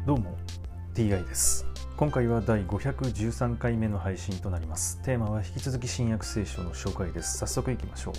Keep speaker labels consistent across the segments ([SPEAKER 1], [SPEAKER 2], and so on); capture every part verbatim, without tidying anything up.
[SPEAKER 1] どうも ティーアイ です。今回はだいごひゃくじゅうさんかいめの配信となります。テーマは引き続き新約聖書の紹介です。早速いきましょう。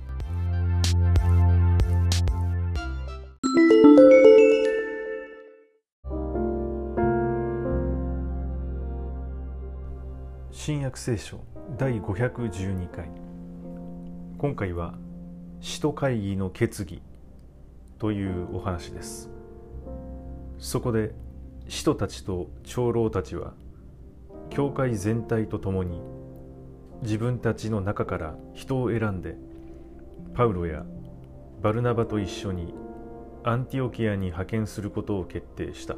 [SPEAKER 1] 新約聖書だいごひゃくじゅうにかい。今回は使徒会議の決議というお話です。そこで使徒たちと長老たちは教会全体と共に自分たちの中から人を選んでパウロやバルナバと一緒にアンティオキアに派遣することを決定した。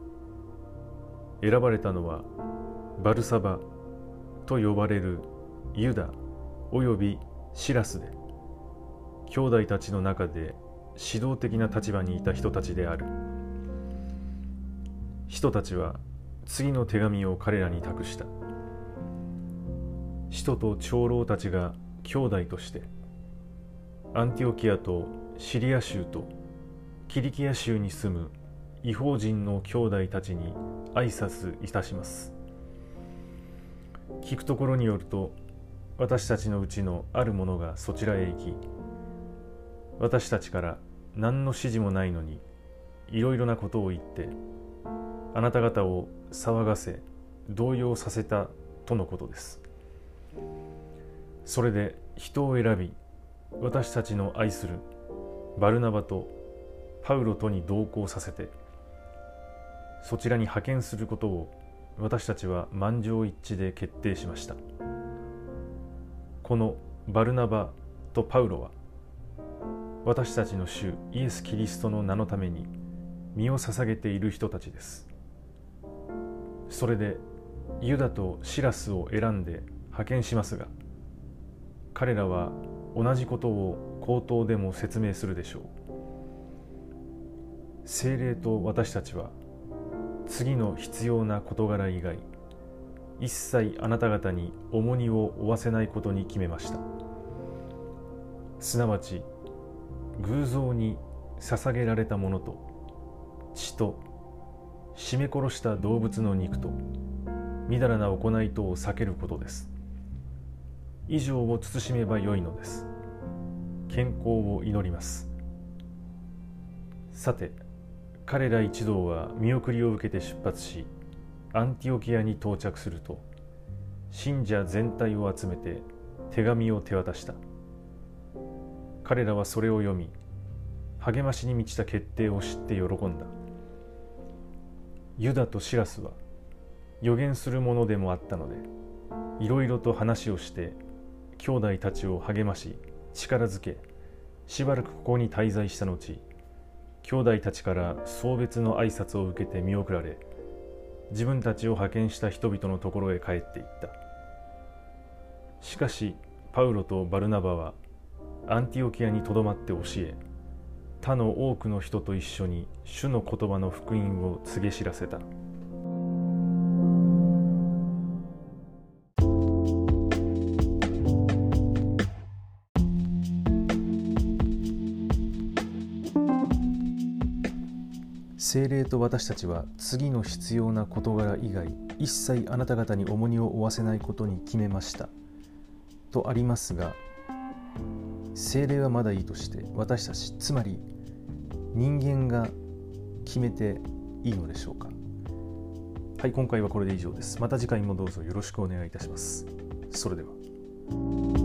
[SPEAKER 1] 選ばれたのはバルサバと呼ばれるユダおよびシラスで、兄弟たちの中で指導的な立場にいた人たちである。人たちは次の手紙を彼らに託した。使徒と長老たちが兄弟としてアンティオキアとシリア州とキリキア州に住む異邦人の兄弟たちに挨拶いたします。聞くところによると、私たちのうちのある者がそちらへ行き、私たちから何の指示もないのにいろいろなことを言ってあなた方を騒がせ動揺させたとのことです。それで人を選び、私たちの愛するバルナバとパウロとに同行させて、そちらに派遣することを私たちは満場一致で決定しました。このバルナバとパウロは私たちの主イエス・キリストの名のために身を捧げている人たちです。それでユダとシラスを選んで派遣しますが、彼らは同じことを口頭でも説明するでしょう。聖霊と私たちは次の必要な事柄以外一切あなた方に重荷を負わせないことに決めました。すなわち偶像に捧げられたものと血と絞め殺した動物の肉とみだらな行いとを避けることです。以上を慎めばよいのです。健康を祈ります。さて、彼ら一同は見送りを受けて出発し、アンティオキアに到着すると、信者全体を集めて手紙を手渡した。彼らはそれを読み、励ましに満ちた決定を知って喜んだ。ユダとシラスは予言するものでもあったので、いろいろと話をして兄弟たちを励まし力づけ、しばらくここに滞在した後、兄弟たちから送別の挨拶を受けて見送られ、自分たちを派遣した人々のところへ帰っていった。しかしパウロとバルナバはアンティオキアにとどまって教え、他の多くの人と一緒に主の言葉の福音を告げ知らせた。聖霊と私たちは次の必要な事柄以外一切あなた方に重荷を負わせないことに決めましたとありますが、聖霊はまだいいとして私たち、つまり人間が決めていいのでしょうか。はい、今回はこれで以上です。また次回もどうぞよろしくお願いいたします。それでは。